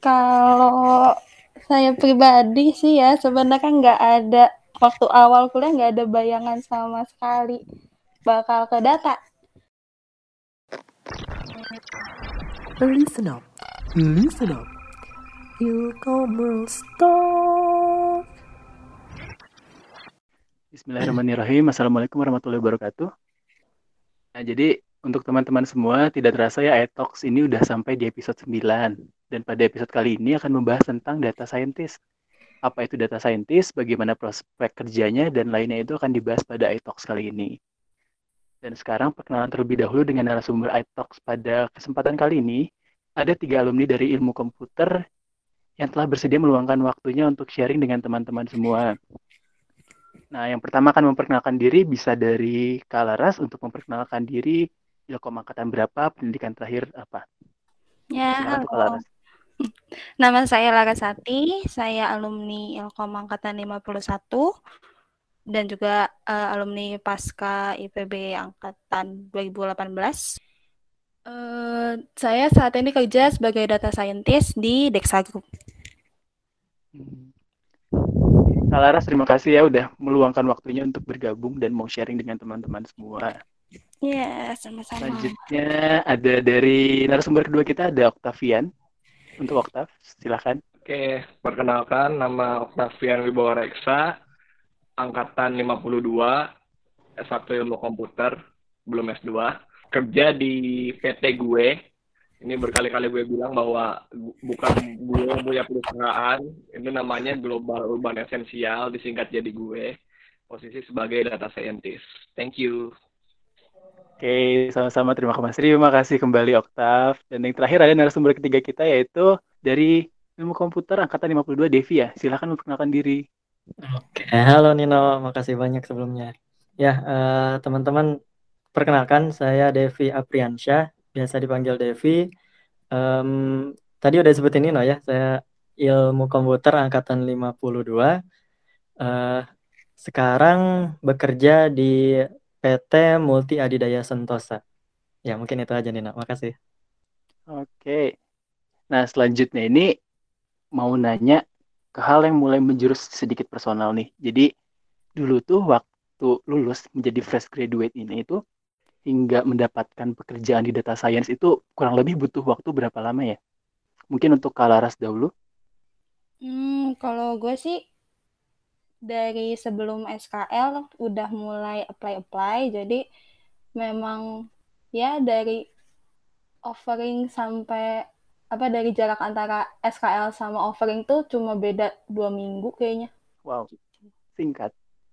Kalau saya pribadi sih ya sebenarnya nggak ada waktu awal kuliah nggak ada bayangan sama sekali bakal ke data. Listen up, listen up. E-commerce talk. Bismillahirrahmanirrahim. Assalamualaikum warahmatullahi wabarakatuh. Nah, jadi untuk teman-teman semua, tidak terasa ya iTalks ini udah sampai di episode 9. Dan pada episode kali ini akan membahas tentang data scientist. Apa itu data scientist, bagaimana prospek kerjanya, dan lainnya itu akan dibahas pada iTalks kali ini. Dan sekarang perkenalan terlebih dahulu dengan narasumber iTalks pada kesempatan kali ini. Ada 3 alumni dari ilmu komputer yang telah bersedia meluangkan waktunya untuk sharing dengan teman-teman semua. Nah, yang pertama akan memperkenalkan diri bisa dari Kak Laras untuk memperkenalkan diri, Ilkom angkatan berapa, pendidikan terakhir apa. Ya, Silakan untuk Kak halo. Laras. Nama saya Larasati, saya alumni Ilkom angkatan 51 dan juga alumni Pasca IPB angkatan 2018. Saya saat ini kerja sebagai data scientist di Dexa Group. Kak Laras, terima kasih ya udah meluangkan waktunya untuk bergabung dan mau sharing dengan teman-teman semua. Ya, sama-sama. Selanjutnya ada dari narasumber kedua kita ada Octavian. Untuk Oktav, silakan. Oke, perkenalkan nama Octavian Wibawa Reksa, angkatan 52, S1 Ilmu Komputer, belum S2. Kerja di PT gue. Ini berkali-kali gue bilang bahwa bukan gue yang punya perusahaan, ini namanya Global Urban Essential, disingkat jadi gue. Posisi sebagai data scientist. Thank you. Oke, sama-sama terima kasih kembali Oktav. Dan yang terakhir ada narasumber ketiga kita yaitu dari Ilmu Komputer angkatan 52 Devi ya. Silakan memperkenalkan diri. Oke, halo Nino, makasih banyak sebelumnya. Ya, teman-teman, perkenalkan saya Devi Apriansyah, biasa dipanggil Devi. Tadi udah disebutin Nino ya, saya ilmu komputer angkatan 52. Sekarang bekerja di PT Multi Adidaya Sentosa. Ya, mungkin itu aja Nino, makasih. Oke. Nah, selanjutnya ini mau nanya ke hal yang mulai menjurus sedikit personal nih. Jadi, dulu tuh waktu lulus menjadi fresh graduate ini itu hingga mendapatkan pekerjaan di data science itu kurang lebih butuh waktu berapa lama ya? Mungkin untuk Kak Laras dahulu. Kalau gue sih dari sebelum SKL udah mulai apply, jadi memang ya dari offering sampai dari jarak antara SKL sama offering tuh cuma beda 2 minggu kayaknya. Wow, singkat.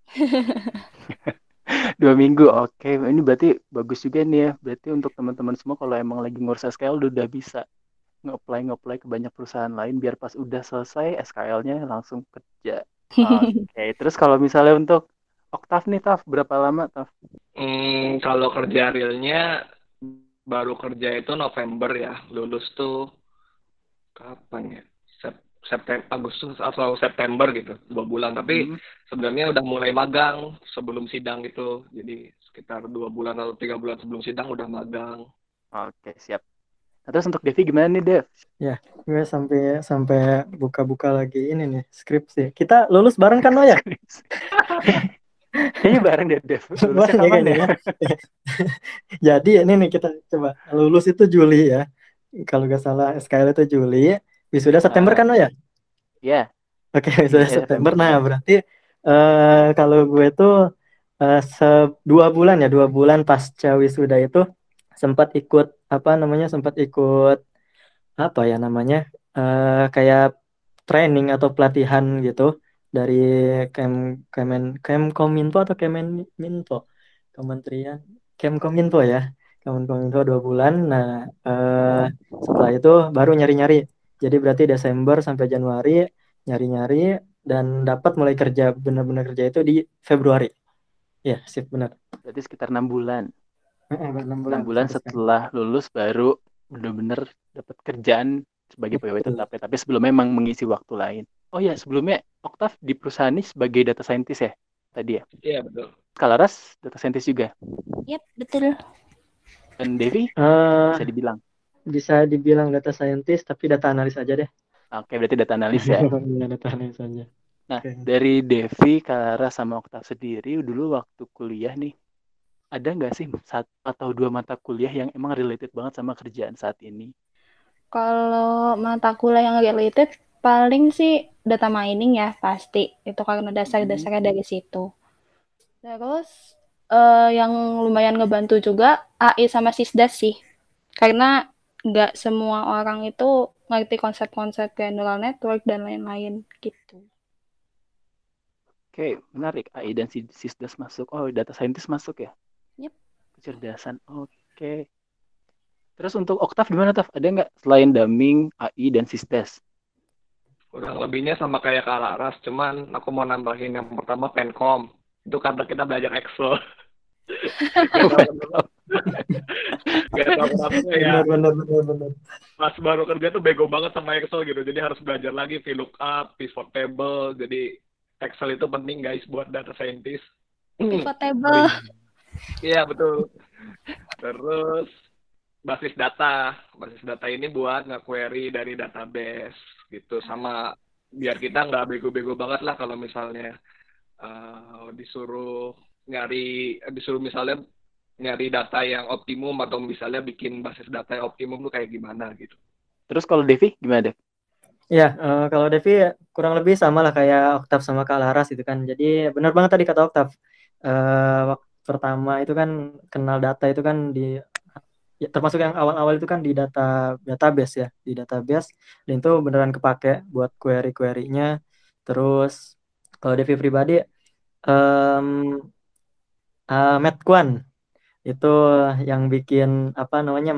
2 minggu, oke. Ini berarti bagus juga nih ya. Berarti untuk teman-teman semua kalau emang lagi ngurus SKL udah bisa nge-apply ke banyak perusahaan lain biar pas udah selesai SKL-nya langsung kerja. Oke, terus kalau misalnya untuk Oktav nih, Taf, berapa lama, Taf? Kalau kerja realnya baru kerja itu November ya. Lulus tuh kapan ya? September, Agustus atau September gitu, 2 bulan. Tapi sebenarnya udah mulai magang sebelum sidang gitu. Jadi sekitar 2 bulan atau 3 bulan sebelum sidang udah magang. Oke, siap. Nah, terus untuk Devi gimana nih, Dev? Ya, gue sampai buka-buka lagi ini nih skripsi. Kita lulus bareng kan, ya? Kayaknya bareng deh, Dev. Lulusnya Bareng kapan kayaknya ya? Jadi ini nih kita coba lulus itu Juli ya. Kalau nggak salah SKL itu Juli. Wisuda September kan, ya? Iya. Oke, wisuda September. Nah, berarti kalau gue tuh 2 bulan pasca wisuda itu sempat ikut apa ya namanya kayak training atau pelatihan gitu dari Kemkominfo atau Kemenminfo, Kementerian Kemkominfo ya, Kemenkominfo 2 bulan. Nah, setelah itu baru nyari-nyari. Jadi berarti Desember sampai Januari nyari-nyari dan dapat mulai kerja, benar-benar kerja itu di Februari. Ya, sip, benar. Berarti sekitar 6 bulan. 6 bulan. 6 bulan setelah lulus baru benar-benar dapat kerjaan sebagai pegawai tetap ya. Tapi sebelumnya memang mengisi waktu lain. Oh ya, sebelumnya Oktav di perusahaan ini sebagai data scientist ya tadi ya? Iya, betul. Kalaras data scientist juga? Yap, betul. Dan Devi bisa dibilang? Bisa dibilang data scientist tapi data analis aja deh. Oke, berarti data analis ya. Iya, data analis aja. Nah, Oke. dari Devi, Kara, sama Oktav sendiri dulu waktu kuliah nih, ada nggak sih satu atau dua mata kuliah yang emang related banget sama kerjaan saat ini? Kalau mata kuliah yang related, paling sih data mining ya pasti. Itu karena dasar-dasarnya dari situ. Terus yang lumayan ngebantu juga AI sama Sisdas sih. Karena nggak semua orang itu ngerti konsep-konsep kayak neural network dan lain-lain gitu. Oke, menarik. AI dan Sisdas masuk. Oh, data scientist masuk ya? Yep. Kecerdasan. Oke. Terus untuk Oktav gimana, Tav? Ada nggak selain Daming, AI, dan Sisdas? Kurang lebihnya sama kayak Kak Laras, cuman aku mau nambahin yang pertama Penkom. Itu karena kita belajar Excel. Gak tahu kenapa. Gak tahu kenapa ya. Benar. Pas baru kerja tuh bego banget sama Excel gitu. Jadi harus belajar lagi VLOOKUP, pivot table. Jadi Excel itu penting guys buat data scientist. Pivot table. Iya betul. Terus basis data. Basis data ini buat nge-query dari database gitu. Sama biar kita nggak bego-bego banget lah kalau misalnya disuruh misalnya nyari data yang optimum atau misalnya bikin basis data yang optimum tuh kayak gimana gitu. Terus kalau Devi gimana, Dev? Ya, kalau Devi kurang lebih sama lah kayak Oktav sama Kak Laras itu kan. Jadi benar banget tadi kata Oktav. Waktu pertama itu kan kenal data itu kan ya, termasuk yang awal-awal itu kan di database ya, di database. Dan itu beneran kepake buat query-query-nya. Terus kalau Devi pribadi, um, Medquan itu yang bikin apa namanya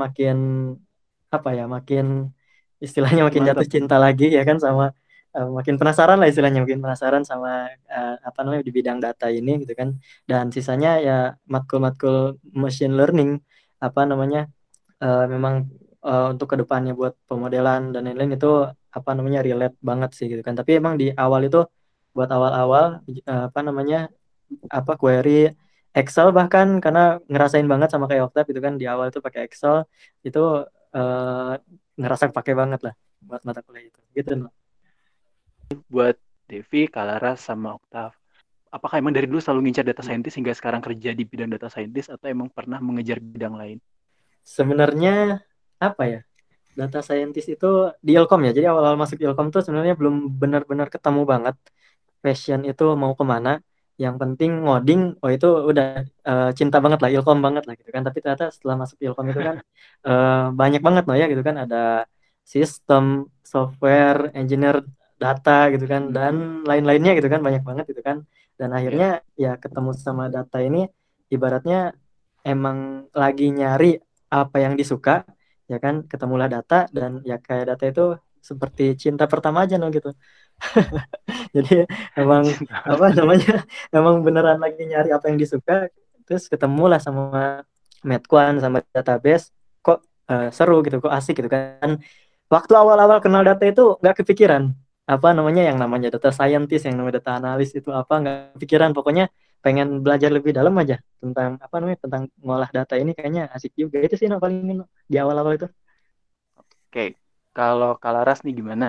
makin istilahnya makin Mantap. jatuh cinta lagi ya kan sama makin penasaran lah istilahnya makin penasaran sama apa namanya di bidang data ini gitu kan, dan sisanya ya matkul-matkul machine learning apa namanya memang untuk kedepannya buat pemodelan dan lain-lain itu apa namanya relate banget sih gitu kan, tapi emang di awal itu buat awal-awal apa namanya apa query Excel bahkan karena ngerasain banget sama kayak Octave itu kan di awal itu pakai Excel itu eh, ngerasa pakai banget lah buat mata kuliah itu gitu loh. Buat Devi, Kalaras, sama Oktav. Apakah emang dari dulu selalu ngincar data scientist hingga sekarang kerja di bidang data scientist atau emang pernah mengejar bidang lain? Sebenarnya apa ya, data scientist itu di Ilkom ya, jadi awal-awal masuk Ilkom tuh sebenarnya belum benar-benar ketemu banget passion itu mau kemana, yang penting ngoding, oh itu udah cinta banget lah, Ilkom banget lah gitu kan, tapi ternyata setelah masuk Ilkom itu kan banyak banget loh ya gitu kan, ada sistem, software, engineer, data gitu kan, dan lain-lainnya gitu kan, banyak banget gitu kan, dan akhirnya Ya. ya ketemu sama data ini, ibaratnya emang lagi nyari apa yang disuka ya kan, ketemulah data, dan ya kayak data itu seperti cinta pertama aja no gitu. Jadi emang apa namanya emang beneran lagi nyari apa yang disuka, terus ketemulah sama Medquan sama database, kok seru gitu, kok asik gitu kan. Waktu awal-awal kenal data itu nggak kepikiran apa namanya yang namanya data scientist, yang namanya data analis itu apa, nggak kepikiran, pokoknya pengen belajar lebih dalam aja tentang apa namanya tentang ngolah data ini, kayaknya asik juga itu sih no, paling no, di awal-awal itu. Oke, kalau Kalaras nih gimana?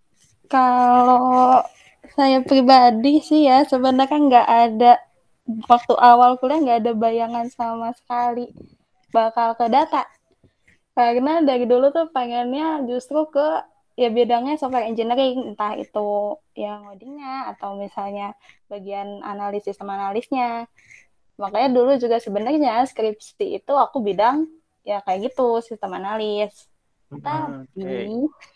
Kalau saya pribadi sih ya sebenarnya nggak ada, waktu awal kuliah nggak ada bayangan sama sekali bakal ke data. Karena dari dulu tuh pengennya justru ke ya bidangnya software engineering, entah itu yang ngodingnya atau misalnya bagian analisis sistem analisnya. Makanya dulu juga sebenarnya skripsi itu aku bidang ya kayak gitu, sistem analis. Tapi, Oke.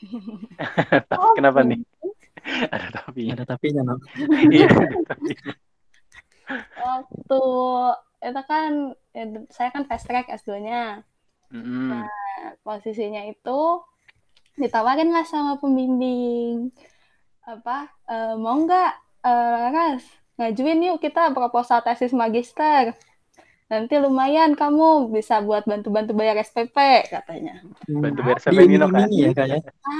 Kenapa nih? Ada tapinya. Ada tapinya no. Iya, ada tapinya. waktu itu kan saya kan fast track S2-nya. Mm-mm. Posisinya itu ditawarin lah sama pembimbing, apa mau nggak Ras ngajuin yuk kita proposal tesis magister, nanti lumayan kamu bisa buat bantu-bantu bayar SPP katanya. Bantu bayar Di sampai Nino kan? iming-imingi ya kayaknya.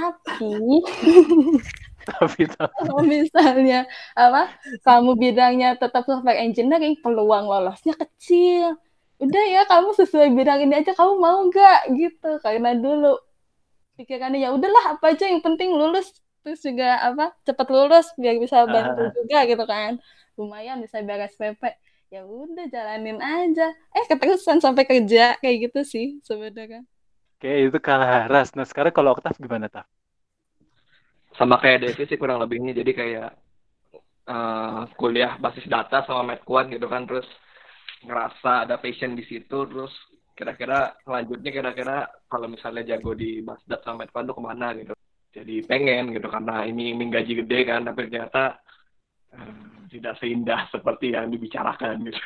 Tapi Kalau misalnya apa kamu bidangnya tetap software engineering, peluang lolosnya kecil. Udah ya kamu sesuai bidang ini aja, kamu mau nggak gitu? Karena dulu pikirannya ya udahlah apa aja yang penting lulus terus juga cepat lulus biar bisa bantu Ah, juga gitu kan, lumayan bisa beres PP, ya udah jalanin aja, keterusan sampai kerja kayak gitu sih sebenarnya. oke, itu Kalaras. Nah, sekarang kalau Oktav gimana, Taf? Sama kayak Devi sih kurang lebihnya. Jadi kayak kuliah basis data sama Medquant gitu kan, terus ngerasa ada passion di situ, terus kira-kira selanjutnya kira-kira kalau misalnya jago di Basdat sama Medquant tuh kemana gitu. Jadi pengen gitu karena ini gaji gede kan, tapi ternyata tidak seindah seperti yang dibicarakan gitu.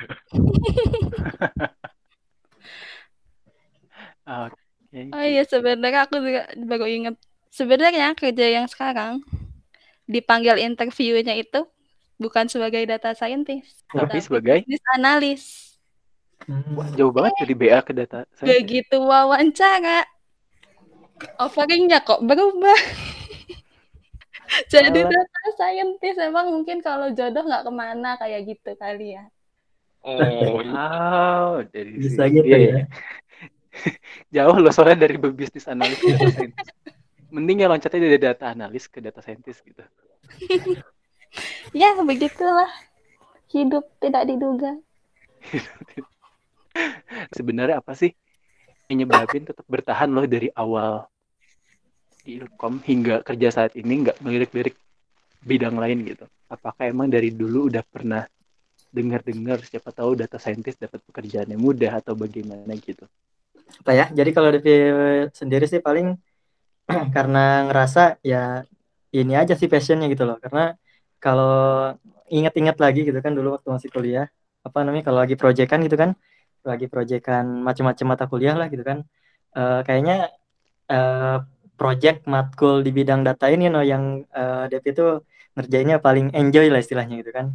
Oke, Oh iya, gitu. sebenarnya aku juga baru inget, sebenarnya kerja yang sekarang dipanggil interviewnya itu bukan sebagai data scientist, Tapi tapi sebagai, bisnis analis. wah, Hmm. jauh banget dari BA ke data scientist. Begitu wawancara, offeringnya kok berubah. Jadi Alah, data scientist, emang mungkin kalau jodoh nggak kemana kayak gitu kali ya. Oh, dari Bisa situ. gitu Iya, iya, ya. iya. Jauh loh soalnya dari bisnis analis ke data scientist. Mending ya loncatnya dari data analis ke data scientist gitu. Ya, begitulah hidup tidak diduga. Sebenarnya apa sih yang nyebabin tetap bertahan loh dari awal di Ilkom hingga kerja saat ini nggak melirik-lirik bidang lain gitu? Apakah emang dari dulu udah pernah dengar-dengar siapa tahu data scientist dapat pekerjaan yang mudah atau bagaimana gitu? Apa ya? Jadi kalau Devi sendiri sih paling karena ngerasa ya ini aja sih passionnya gitu loh. Karena kalau ingat-ingat lagi gitu kan dulu waktu masih kuliah, apa namanya kalau lagi proyekan gitu kan, lagi proyekan macam-macam mata kuliah lah gitu kan. Kayaknya eh, project matkul di bidang data ini no yang Devi itu ngerjainnya paling enjoy lah istilahnya gitu kan.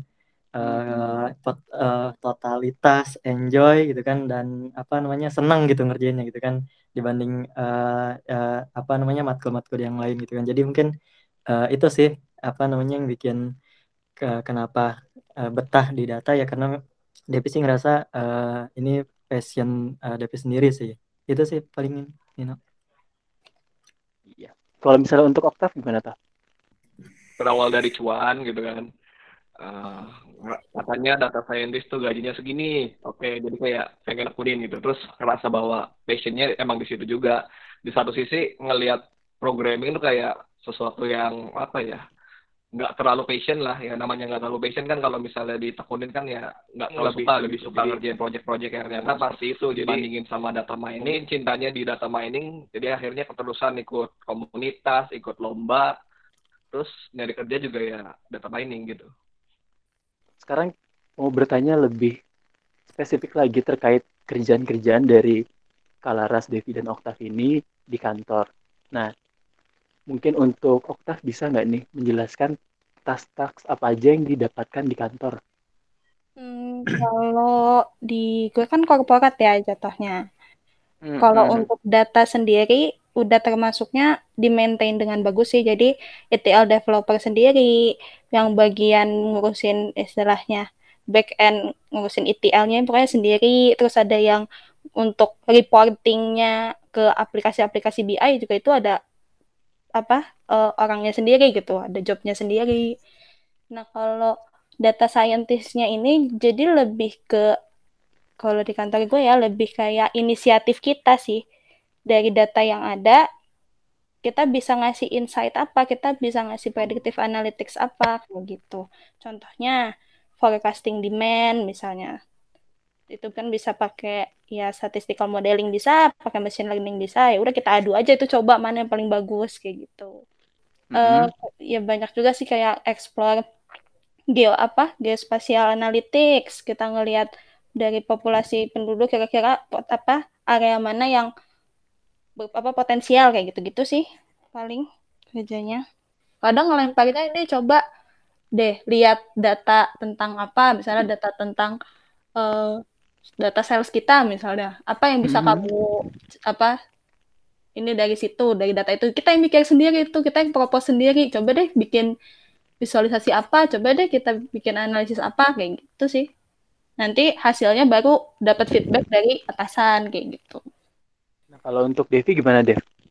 Totalitas enjoy gitu kan dan apa namanya senang gitu ngerjainnya gitu kan dibanding apa namanya matkul-matkul yang lain gitu kan. Jadi mungkin itu sih apa namanya yang bikin kenapa betah di data ya karena Devi sih ngerasa ini passion Devi sendiri sih. Itu sih paling you know. Iya. Kalau misalnya untuk Oktav gimana tuh? berawal dari cuan gitu kan. Eh, Katanya data scientist tuh gajinya segini, oke, jadi kayak pengen akunin gitu, terus ngerasa bahwa passionnya emang di situ juga. Di satu sisi ngelihat programming tuh kayak sesuatu yang apa ya, nggak terlalu passion lah ya, namanya nggak terlalu passion kan kalau misalnya ditekunin kan ya nggak terlalu suka, lebih suka ngerjain project-project yang ternyata pasti itu dibandingin sama data mining, cintanya di data mining, jadi akhirnya keterusan ikut komunitas, ikut lomba, terus nyari kerja juga ya data mining gitu. Sekarang mau bertanya lebih spesifik lagi terkait kerjaan-kerjaan dari Kalaras, Devi, dan Oktav ini di kantor. Nah, mungkin untuk Oktav bisa nggak nih menjelaskan tas-tas apa aja yang didapatkan di kantor? Kalau di gue kan korporat ya jatuhnya. Kalau Mm-mm. untuk data sendiri udah termasuknya di-maintain dengan bagus sih. Jadi ETL developer sendiri yang bagian ngurusin istilahnya back end, ngurusin ETL-nya pokoknya sendiri. Terus ada yang untuk reporting-nya ke aplikasi-aplikasi BI juga itu ada orangnya sendiri gitu, ada jobnya sendiri. Nah, kalau data scientist-nya ini jadi lebih ke, kalau di kantor gue ya lebih kayak inisiatif kita sih, dari data yang ada kita bisa ngasih insight apa, kita bisa ngasih predictive analytics apa kayak gitu. Contohnya forecasting demand misalnya, itu kan bisa pakai ya statistical modeling, bisa pakai machine learning, bisa, ya udah kita adu aja itu, coba mana yang paling bagus kayak gitu. eh Mm-mm. Ya banyak juga sih kayak explore geospatial analytics, kita ngelihat dari populasi penduduk kira-kira area mana yang potensial kayak gitu-gitu sih paling kerjanya. Kadang ngelemparnya ini, coba deh lihat data tentang apa, misalnya data tentang eh, data sales kita misalnya, apa yang bisa Mm-mm. kamu apa ini dari situ, dari data itu kita yang mikir sendiri, itu kita yang propose sendiri, coba deh bikin visualisasi apa, coba deh kita bikin analisis apa kayak gitu sih. Nanti hasilnya baru dapat feedback dari atasan kayak gitu. Nah, kalau untuk Devi gimana, Dev?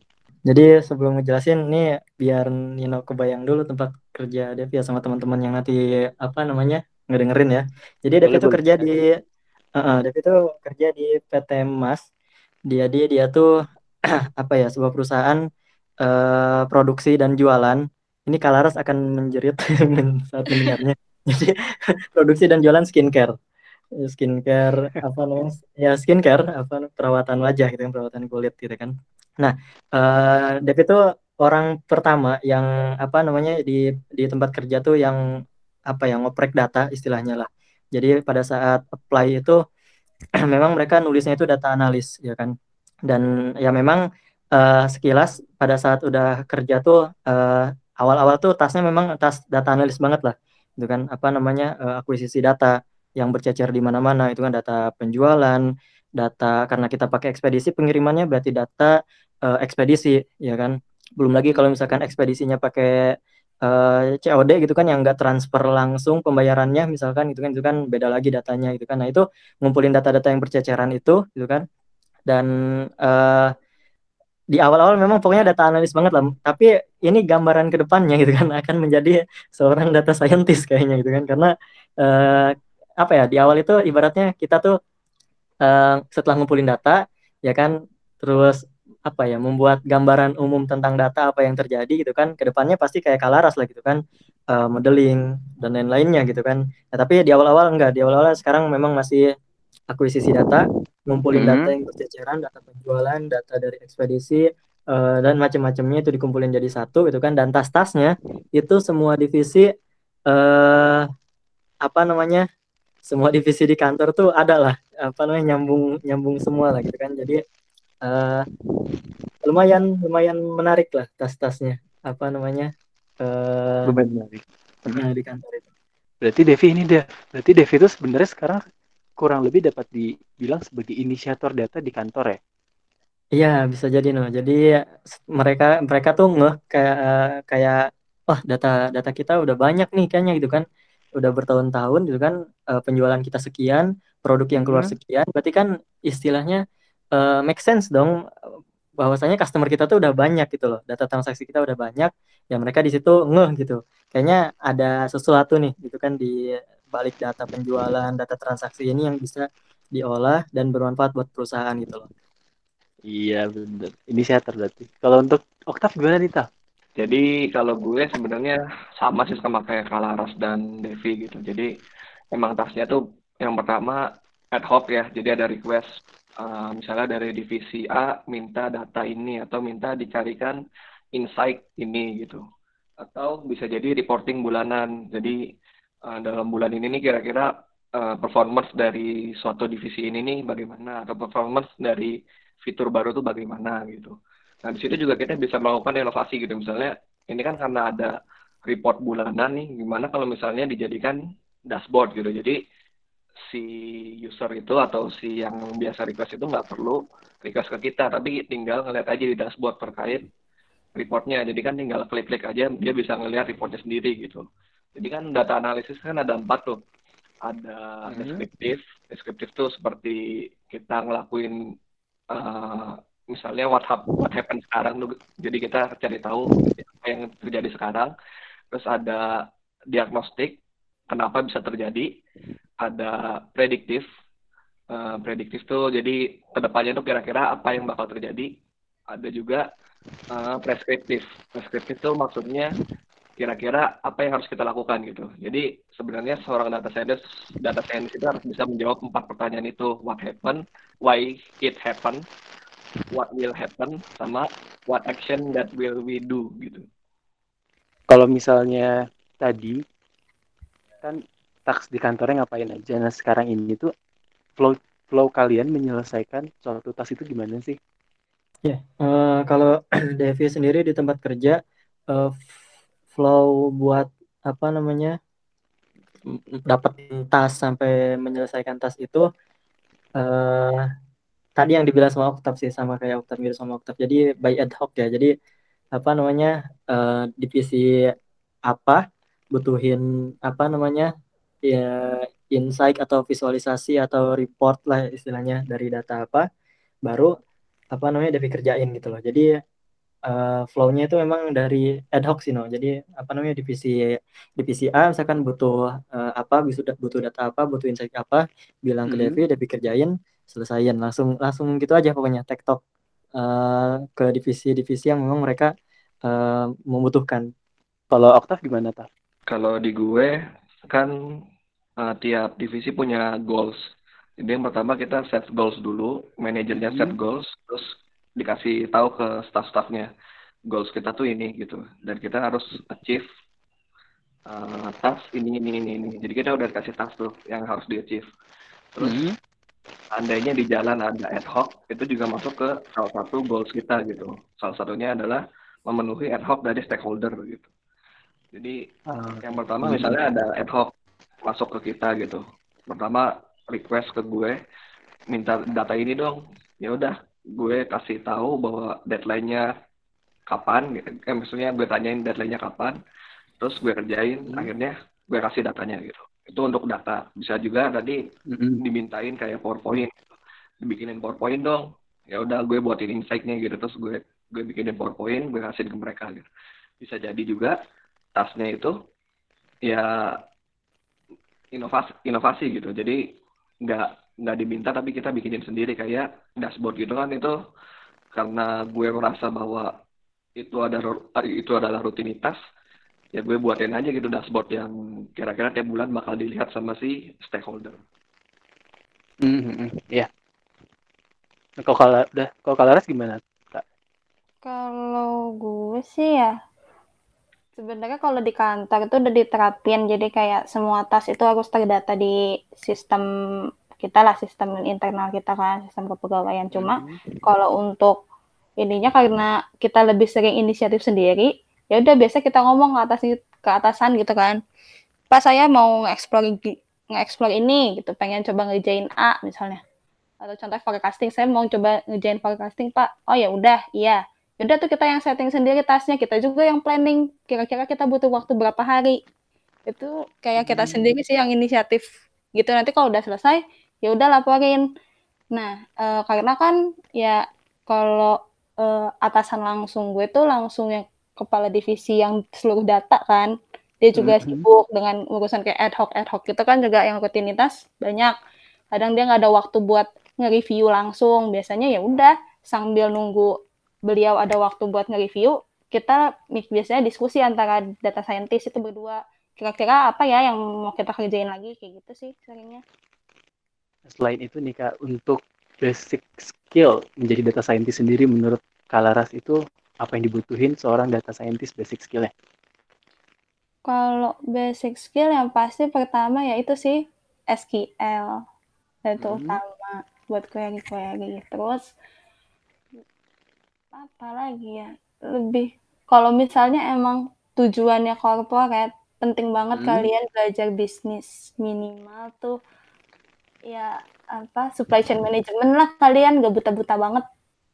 Jadi sebelum ngejelasin nih biar Nino kebayang dulu tempat kerja Devi ya sama teman-teman yang nanti apa namanya ngedengerin ya. Jadi Devi Boleh, tuh boleh. kerja di Devi tuh kerja di PT Mas. Dia tuh apa ya sebuah perusahaan produksi dan jualan. Ini Kalaras akan menjerit saat mendengarnya. Jadi produksi dan jualan skincare apa namanya ya skincare apa perawatan wajah gitu kan perawatan kulit gitu kan. Nah, Dev itu orang pertama yang apa namanya di tempat kerja tuh yang apa ya ngoprek data istilahnya lah. Jadi pada saat apply itu memang mereka nulisnya itu data analis ya kan. Dan ya memang sekilas pada saat udah kerja tuh awal-awal tuh tasnya memang tas data analis banget lah. Itu kan apa namanya akuisisi data yang bercecer di mana-mana itu kan data penjualan, data karena kita pakai ekspedisi pengirimannya berarti data ekspedisi ya kan. Belum lagi kalau misalkan ekspedisinya pakai COD gitu kan yang enggak transfer langsung pembayarannya misalkan itu kan beda lagi datanya gitu kan. Nah, itu ngumpulin data-data yang berceceran itu gitu kan. Dan di awal-awal memang pokoknya data analis banget lah. Tapi ini gambaran ke depannya gitu kan akan menjadi seorang data scientist kayaknya gitu kan. Karena eh, apa ya di awal itu ibaratnya kita tuh setelah ngumpulin data ya kan terus apa ya membuat gambaran umum tentang data apa yang terjadi gitu kan kedepannya pasti kayak Kalaras lah gitu kan modeling dan lain-lainnya gitu kan. Nah, tapi di awal-awal enggak di awal-awal sekarang memang masih akuisisi data ngumpulin data yang berceceran data penjualan data dari ekspedisi dan macam-macamnya itu dikumpulin jadi satu gitu kan dan tas-tasnya itu semua divisi eh apa namanya semua divisi di kantor tuh ada lah apa namanya nyambung nyambung semua lah gitu kan jadi eh, lumayan lumayan menarik lah tas-tasnya apa namanya Lumayan menarik. di kantor itu. Berarti Devi itu sebenarnya sekarang kurang lebih dapat dibilang sebagai inisiator data di kantor ya. Iya bisa jadi no jadi mereka mereka tuh kayak kayak wah data data kita udah banyak nih kayaknya gitu kan udah bertahun-tahun gitu kan penjualan kita sekian produk yang keluar sekian berarti kan istilahnya make sense dong bahwasanya customer kita tuh udah banyak gitu loh data transaksi kita udah banyak ya mereka di situ gitu kayaknya ada sesuatu nih gitu kan di balik data penjualan data transaksi ini yang bisa diolah dan bermanfaat buat perusahaan gitu loh. Iya bener. Inisiator berarti. Kalau untuk Oktav gimana nih Tal? Jadi kalau gue sebenarnya sama sih sama kayak Kalaras dan Devi gitu. Jadi emang tasnya tuh yang pertama ad hoc ya. Jadi ada request misalnya dari divisi A minta data ini atau minta dicarikan insight ini gitu. Atau bisa jadi reporting bulanan. Jadi dalam bulan ini nih kira-kira performance dari suatu divisi ini nih bagaimana atau performance dari fitur baru tuh bagaimana gitu. Nah, di situ juga kita bisa melakukan inovasi gitu. Misalnya, ini kan karena ada report bulanan nih, gimana kalau misalnya dijadikan dashboard gitu. Jadi, si user itu atau si yang biasa request itu nggak perlu request ke kita, tapi tinggal ngeliat aja di dashboard terkait reportnya. Jadi kan tinggal klik-klik aja, dia bisa ngeliat reportnya sendiri gitu. Jadi kan data analisis kan ada 4 tuh. Ada deskriptif. Deskriptif tuh seperti kita ngelakuin misalnya what happen sekarang tuh. Jadi kita cari tahu apa yang terjadi sekarang. Terus ada diagnostik, kenapa bisa terjadi. Ada prediktif. Prediktif tuh jadi kedepannya tuh kira-kira apa yang bakal terjadi. Ada juga preskriptif. Preskriptif tuh maksudnya kira-kira apa yang harus kita lakukan gitu. Jadi sebenarnya seorang data scientist itu harus bisa menjawab 4 pertanyaan itu. What happened, why it happened, what will happen, sama what action that will we do gitu. Kalau misalnya tadi kan task di kantornya ngapain aja. Nah sekarang ini tuh flow kalian menyelesaikan suatu task itu gimana sih? Ya, kalau Devi sendiri di tempat kerja eh, flow buat apa namanya dapat tas sampai menyelesaikan tas itu eh, tadi yang dibilang sama Oktav sih sama kayak Oktav gitu sama Oktav. Jadi by ad hoc ya. Jadi apa namanya divisi apa butuhin apa namanya ya insight atau visualisasi atau report lah istilahnya dari data apa baru apa namanya Devi kerjain gitu loh. Jadi flow-nya itu memang dari ad hoc sih, no. Jadi apa namanya, divisi A misalkan butuh apa, butuh data apa, butuh insight apa, bilang ke Devi, Devi kerjain, selesaiin, langsung gitu aja pokoknya tektok ke divisi-divisi yang memang mereka membutuhkan. Kalau Oktav gimana, Taf? Kalau di gue kan tiap divisi punya goals. Jadi yang pertama kita set goals dulu, manajernya set goals, terus dikasih tahu ke staff-staffnya goals kita tuh ini gitu. Dan kita harus achieve task ini. Jadi kita udah kasih task tuh yang harus di-achieve. Terus andainya di jalan ada ad hoc, itu juga masuk ke salah satu goals kita gitu. Salah satunya adalah memenuhi ad hoc dari stakeholder gitu. Jadi yang pertama misalnya ada ad hoc masuk ke kita gitu. Pertama request ke gue, minta data ini dong. Ya udah, gue kasih tahu bahwa deadline-nya kapan. Maksudnya gue tanyain deadline-nya kapan, terus gue kerjain. Akhirnya gue kasih datanya gitu. Itu untuk data. Bisa juga tadi dimintain kayak PowerPoint, dibikinin PowerPoint dong. Ya udah, gue buatin insight-nya gitu, terus gue bikinin PowerPoint, gue kasihin ke mereka gitu. Bisa jadi juga tasnya itu ya inovasi gitu. Jadi nggak diminta tapi kita bikinin sendiri kayak dashboard gitu kan. Itu karena gue merasa bahwa itu adalah rutinitas, ya gue buatin aja gitu dashboard yang kira-kira tiap bulan bakal dilihat sama si stakeholder. Iya. Kalau Kalaras gimana, Kak? Kalau gue sih ya sebenarnya kalau di kantor itu udah diterapin, jadi kayak semua tas itu harus terdata di sistem kita lah, sistem internal kita kan, sistem kepegawaian. Cuma kalau untuk ininya karena kita lebih sering inisiatif sendiri, ya udah biasa kita ngomong ke atasan gitu kan. Pak, saya mau nge-explore ini gitu, pengen coba ngerjain A misalnya. Atau contoh forecasting, saya mau coba ngerjain forecasting, Pak. Oh ya udah, iya. Udah tuh kita yang setting sendiri tasnya, kita juga yang planning. Kira-kira kita butuh waktu berapa hari. Itu kayak kita sendiri sih yang inisiatif gitu. Nanti kalau udah selesai, ya udah laporin. Nah, karena kan ya kalau atasan langsung gue tuh langsung yang kepala divisi yang seluruh data kan. Dia juga sibuk dengan urusan kayak ad hoc gitu kan, juga yang rutinitas banyak. Kadang dia nggak ada waktu buat nge-review langsung. Biasanya ya udah sambil nunggu beliau ada waktu buat nge-review, kita biasanya diskusi antara data scientist itu berdua. Kira-kira apa ya yang mau kita kerjain lagi, kayak gitu sih seringnya. Selain itu nih Kak, untuk basic skill menjadi data scientist sendiri menurut Kalaras itu apa yang dibutuhin seorang data scientist basic skill-nya? Kalau basic skill yang pasti pertama ya itu sih SQL. Itu utama buat query-query. Terus apa lagi ya? Lebih kalau misalnya emang tujuannya corporate, penting banget kalian belajar bisnis. Minimal tuh ya apa, supply chain management lah, kalian gak buta-buta banget.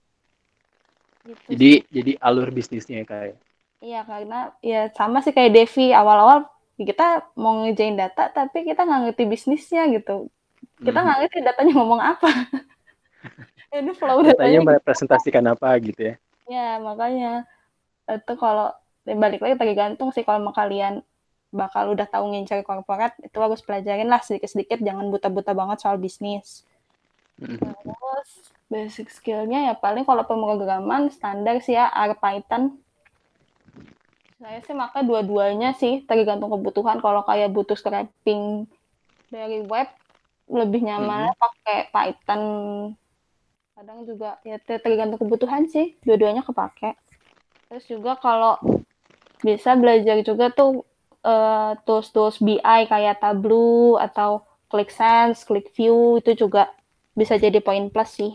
Gitu Jadi alur bisnisnya ya Kak. Iya, karena ya sama sih kayak Devi, awal-awal kita mau ngerjain data tapi kita nggak ngerti bisnisnya gitu. Kita nggak ngerti datanya ngomong apa. Ini flow Datanya datanya gitu. merepresentasikan apa gitu ya. Ya, makanya itu kalau balik lagi tergantung sih, kalau mau kalian bakal udah tahu ngincar korporat, itu harus pelajarin lah sedikit-sedikit, jangan buta-buta banget soal bisnis. Terus basic skill-nya ya paling kalau pemrograman standar sih ya, R, Python. Saya sih makai dua-duanya sih, tergantung kebutuhan. Kalau kayak butuh scraping dari web, lebih nyaman pakai Python. Kadang juga ya tergantung kebutuhan sih, dua-duanya kepake. Terus juga kalau bisa belajar juga tuh tools-tools BI kayak Tableau atau ClickSense, ClickView, itu juga bisa jadi poin plus sih.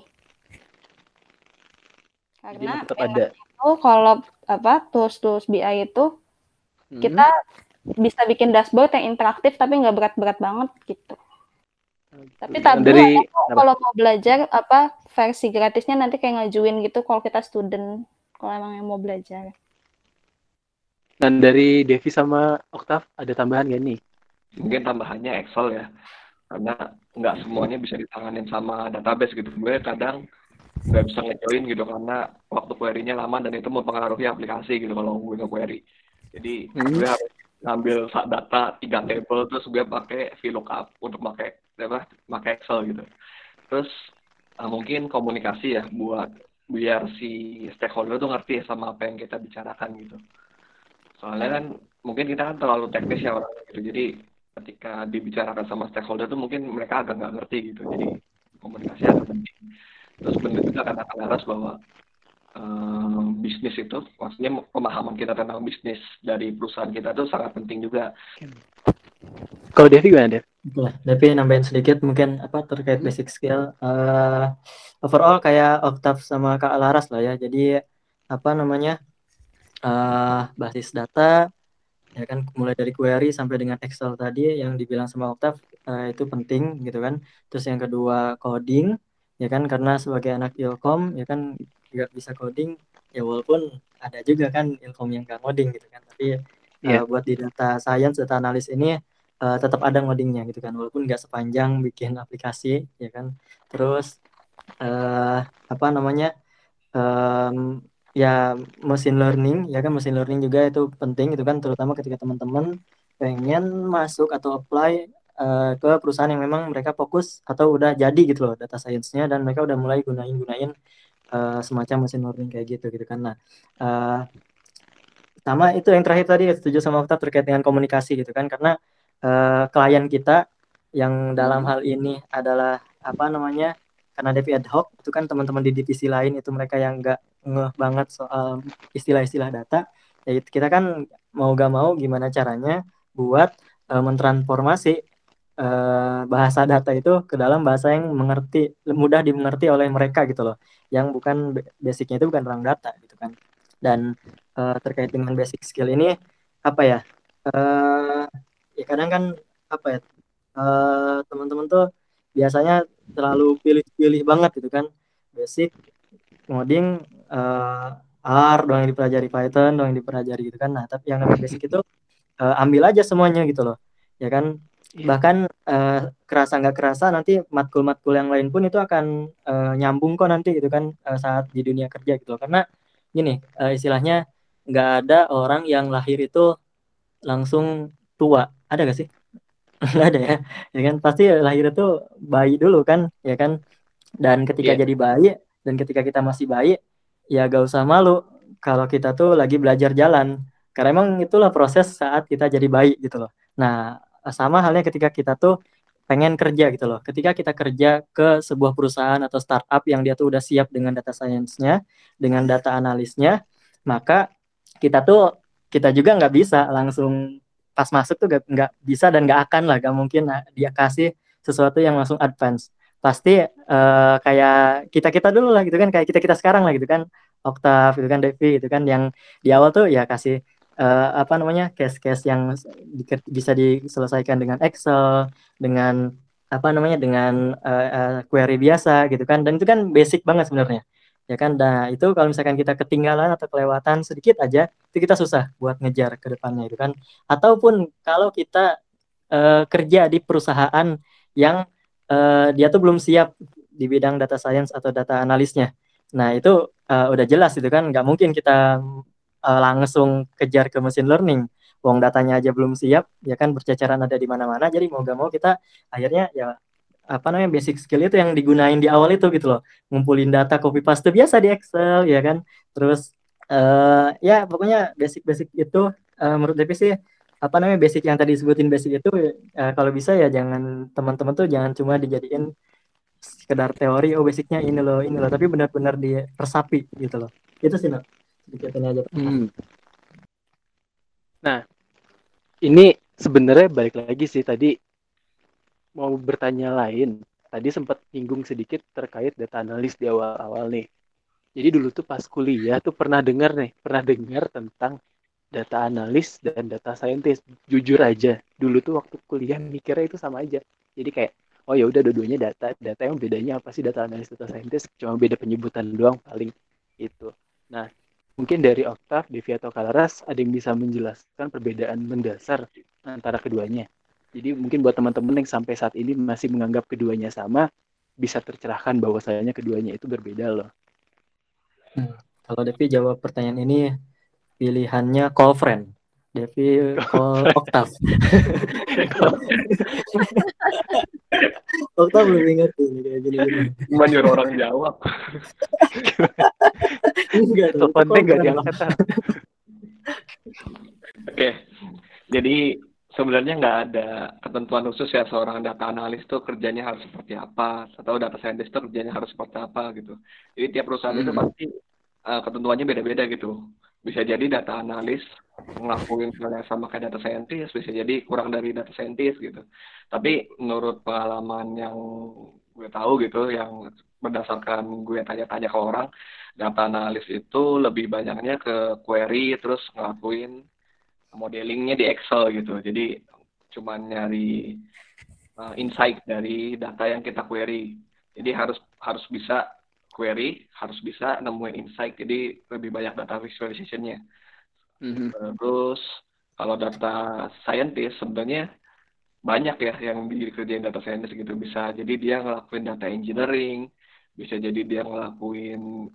Karena tetap ada. Itu kalau tools BI itu kita bisa bikin dashboard yang interaktif tapi nggak berat-berat banget gitu. Tapi Tableau kalau mau belajar versi gratisnya nanti kayak ngajuin gitu kalau kita student, kalau emang yang mau belajar. Dan dari Devi sama Oktav ada tambahan nggak nih? Mungkin tambahannya Excel ya, karena nggak semuanya bisa ditanganin sama database gitu. Gue kadang nggak bisa ngejoin gitu karena waktu query-nya lama dan itu mempengaruhi aplikasi gitu kalau gue nge-query. Jadi gue harus ngambil data 3 table terus gue pakai VLOOKUP untuk pakai Excel gitu. Terus mungkin komunikasi ya buat biar si stakeholder tuh ngerti sama apa yang kita bicarakan gitu. Soalnya kan mungkin kita kan terlalu teknis ya orang gitu. Jadi ketika dibicarakan sama stakeholder tuh mungkin mereka agak nggak ngerti gitu. Jadi komunikasi agak penting. Terus benar juga kata Laras bahwa bisnis itu, maksudnya pemahaman kita tentang bisnis dari perusahaan kita itu sangat penting juga. Kalau Devi gimana, Dev? Tapi nambahin sedikit mungkin terkait basic skill. Overall kayak Octave sama Kak Laras lah ya. Jadi basis data ya kan, mulai dari query sampai dengan Excel tadi yang dibilang sama Octave itu penting gitu kan. Terus yang kedua coding ya kan, karena sebagai anak Ilkom ya kan nggak bisa coding ya, walaupun ada juga kan Ilkom yang nggak coding gitu kan, tapi buat di data science, data analis ini tetap ada ngodingnya gitu kan, walaupun nggak sepanjang bikin aplikasi ya kan. Terus ya machine learning ya kan, machine learning juga itu penting gitu kan, terutama ketika teman-teman pengen masuk atau apply ke perusahaan yang memang mereka fokus atau udah jadi gitu loh data science-nya, dan mereka udah mulai gunain semacam machine learning kayak gitu gitu kan. Nah, sama itu yang terakhir tadi, setuju sama Okta terkait dengan komunikasi gitu kan, karena klien kita yang dalam hal ini adalah karena Devi ad hoc itu kan, teman-teman di divisi lain itu mereka yang nggak ngeh banget soal istilah-istilah data ya, kita kan mau gak mau gimana caranya buat mentransformasi bahasa data itu ke dalam bahasa yang mudah dimengerti oleh mereka gitu loh, yang bukan basicnya itu bukan tentang data gitu kan. Dan terkait dengan basic skill ini ya kadang kan teman-teman tuh biasanya terlalu pilih-pilih banget gitu kan, basic ngoding R doang yang dipelajari, Python doang yang dipelajari gitu kan. Nah tapi yang namanya basic itu ambil aja semuanya gitu loh ya kan. Bahkan kerasa nggak kerasa nanti matkul-matkul yang lain pun itu akan nyambung kok nanti gitu kan, saat di dunia kerja gitu loh. Karena gini, istilahnya nggak ada orang yang lahir itu langsung tua, ada gak sih? Nggak ada ya kan, pasti lahir itu bayi dulu kan ya kan. Dan ketika jadi bayi, dan ketika kita masih bayi, ya gak usah malu kalau kita tuh lagi belajar jalan, karena emang itulah proses saat kita jadi bayi gitu loh. Nah sama halnya ketika kita tuh pengen kerja gitu loh, ketika kita kerja ke sebuah perusahaan atau startup yang dia tuh udah siap dengan data science-nya, dengan data analisnya, maka kita juga nggak bisa langsung pas masuk tuh nggak bisa, dan nggak akan lah, nggak mungkin dia kasih sesuatu yang langsung advance. Pasti kayak kita dulu lah gitu kan, kayak kita sekarang lah gitu kan, Octave gitu kan, Devi gitu kan, yang di awal tuh ya kasih case-case yang bisa diselesaikan dengan Excel, dengan dengan query biasa gitu kan, dan itu kan basic banget sebenarnya ya kan. Nah itu kalau misalkan kita ketinggalan atau kelewatan sedikit aja, itu kita susah buat ngejar ke depannya itu kan. Ataupun kalau kita kerja di perusahaan yang dia tuh belum siap di bidang data science atau data analisnya, nah itu udah jelas itu kan, nggak mungkin kita langsung kejar ke machine learning, wong datanya aja belum siap ya kan, berceceran ada di mana-mana. Jadi mau gak mau kita akhirnya ya basic skill itu yang digunain di awal itu gitu loh, ngumpulin data, copy paste biasa di Excel ya kan. Terus ya pokoknya basic-basic itu menurut Devi sih basic yang tadi disebutin basic itu kalau bisa ya jangan, teman-teman tuh jangan cuma dijadiin sekedar teori, oh basicnya ini loh, tapi benar-benar diresapi gitu loh. Itu sih sedikit ini aja. Nah ini sebenarnya balik lagi sih, tadi mau bertanya lain. Tadi sempat nyinggung sedikit terkait data analis di awal-awal nih. Jadi dulu tuh pas kuliah tuh pernah dengar tentang data analis dan data scientist. Jujur aja, dulu tuh waktu kuliah mikirnya itu sama aja. Jadi kayak, oh ya udah dua-duanya data yang bedanya apa sih data analis, data scientist? Cuma beda penyebutan doang paling itu. Nah, mungkin dari Octave, Devi atau Kalaras ada yang bisa menjelaskan perbedaan mendasar antara keduanya. Jadi mungkin buat teman-teman yang sampai saat ini masih menganggap keduanya sama, bisa tercerahkan bahwasanya keduanya itu berbeda loh. Kalau Devi jawab pertanyaan ini, pilihannya call friend. Devi call Octave. Octave lebih ngerti nih kayak gini-gini. Cuma nyuruh orang jawab. Enggak, itu Teleponnya call nggak friend. diangkat. Oke, jadi sebenarnya nggak ada ketentuan khusus ya seorang data analis tuh kerjanya harus seperti apa, atau data scientist tuh kerjanya harus seperti apa gitu. Jadi tiap perusahaan itu pasti ketentuannya beda-beda gitu. Bisa jadi data analis ngelakuin hal yang sama kayak data scientist, bisa jadi kurang dari data scientist gitu. Tapi menurut pengalaman yang gue tahu gitu, yang berdasarkan gue tanya-tanya ke orang, data analis itu lebih banyaknya ke query terus ngelakuin modelingnya di Excel gitu. Jadi cuman nyari insight dari data yang kita query. Jadi harus bisa query, harus bisa nemuin insight. Jadi lebih banyak data visualization-nya. Terus kalau data scientist sebenarnya banyak ya yang dikerjain data scientist gitu. Bisa jadi dia ngelakuin data engineering, bisa jadi dia ngelakuin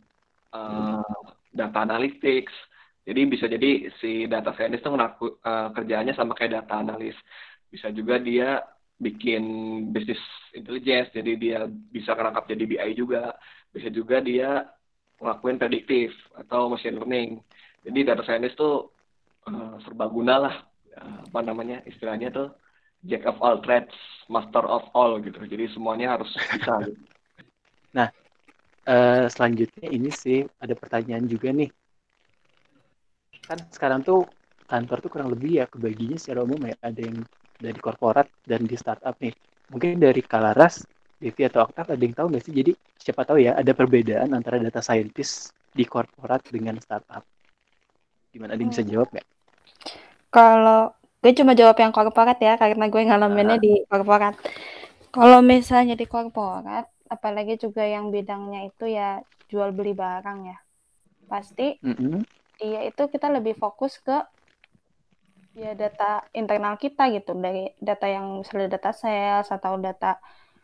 data analytics. Jadi bisa jadi si data scientist itu kerjaannya sama kayak data analis. Bisa juga dia bikin business intelligence, jadi dia bisa ngerangkap jadi BI juga. Bisa juga dia ngelakuin prediktif atau machine learning. Jadi data scientist tuh serbaguna lah. Apa namanya istilahnya tuh jack of all trades, master of all gitu. Jadi semuanya harus bisa gitu. Nah, selanjutnya ini sih ada pertanyaan juga nih. Kan sekarang tuh kantor tuh kurang lebih ya kebaginya secara umum ya, ada yang dari korporat dan di startup nih. Mungkin dari Kalaras, Devi atau Octave ada yang tahu nggak sih? Jadi siapa tahu ya ada perbedaan antara data scientist di korporat dengan startup. Gimana, ada yang bisa jawab nggak? Kalau gue cuma jawab yang korporat ya, karena gue ngalaminnya di korporat. Kalau misalnya di korporat, apalagi juga yang bidangnya itu ya jual beli barang ya, pasti dia itu kita lebih fokus ke ya data internal kita gitu, dari data yang misalnya data sales atau data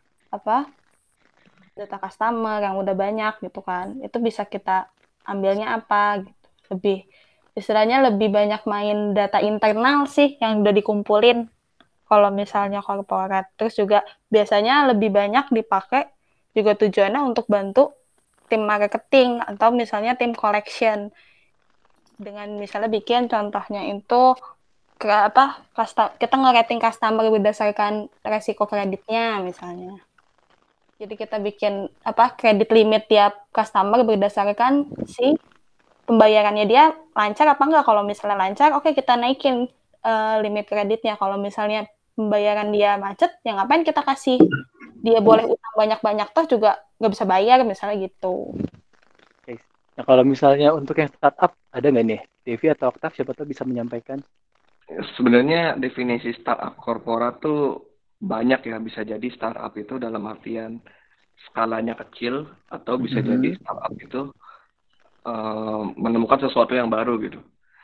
data customer yang udah banyak gitu kan, itu bisa kita ambilnya apa gitu. Lebih istilahnya lebih banyak main data internal sih yang udah dikumpulin kalau misalnya korporat. Terus juga biasanya lebih banyak dipakai juga tujuannya untuk bantu tim marketing atau misalnya tim collection, dengan misalnya bikin contohnya itu kita nge-rating customer berdasarkan resiko kreditnya misalnya. Jadi kita bikin kredit limit tiap customer berdasarkan si pembayarannya dia lancar apa enggak. Kalau misalnya lancar, oke kita naikin limit kreditnya. Kalau misalnya pembayaran dia macet, ya ngapain kita kasih dia boleh utang banyak-banyak toh juga nggak bisa bayar misalnya gitu. Nah kalau misalnya untuk yang startup ada nggak nih, Devi atau Octave siapa tahu bisa menyampaikan? Sebenarnya definisi startup korporat tuh banyak ya. Bisa jadi startup itu dalam artian skalanya kecil, atau bisa jadi startup itu menemukan sesuatu yang baru gitu.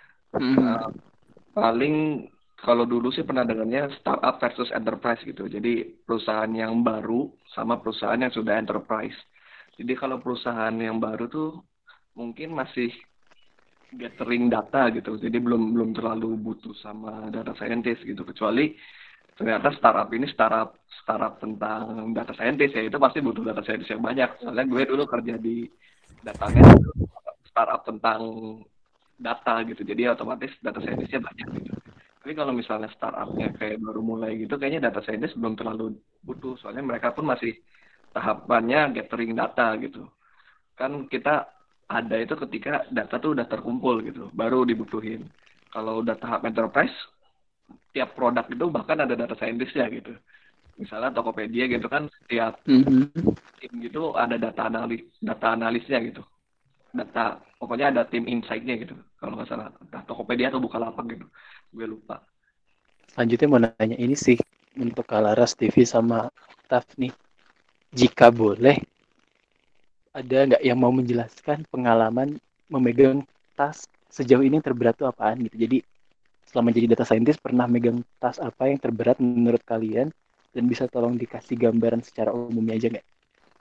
Paling kalau dulu sih pernah dengarnya startup versus enterprise gitu. Jadi perusahaan yang baru sama perusahaan yang sudah enterprise. Jadi kalau perusahaan yang baru tuh mungkin masih gathering data gitu. Jadi belum terlalu butuh sama data scientist gitu. Kecuali ternyata startup ini startup tentang data scientist, ya itu pasti butuh data scientist yang banyak. Soalnya gue dulu kerja di Datanet, startup tentang data gitu. Jadi otomatis data scientistnya banyak gitu. Tapi kalau misalnya startupnya kayak baru mulai gitu, kayaknya data scientist belum terlalu butuh. Soalnya mereka pun masih tahapannya gathering data gitu. Kan kita ada itu ketika data tuh udah terkumpul gitu, baru dibutuhin. Kalau udah tahap enterprise, tiap produk itu bahkan ada data scientist-nya gitu. Misalnya Tokopedia gitu kan, tiap tim gitu ada data analisnya gitu. Pokoknya ada tim insight-nya gitu. Kalau nggak salah, Tokopedia atau Bukalapak gitu. Gue lupa. Selanjutnya mau nanya ini sih untuk Kalaras, Devi sama Octave nih. Jika boleh, ada nggak yang mau menjelaskan pengalaman memegang tas sejauh ini yang terberat itu apaan gitu. Jadi selama jadi data scientist pernah megang tas apa yang terberat menurut kalian, dan bisa tolong dikasih gambaran secara umumnya aja nggak?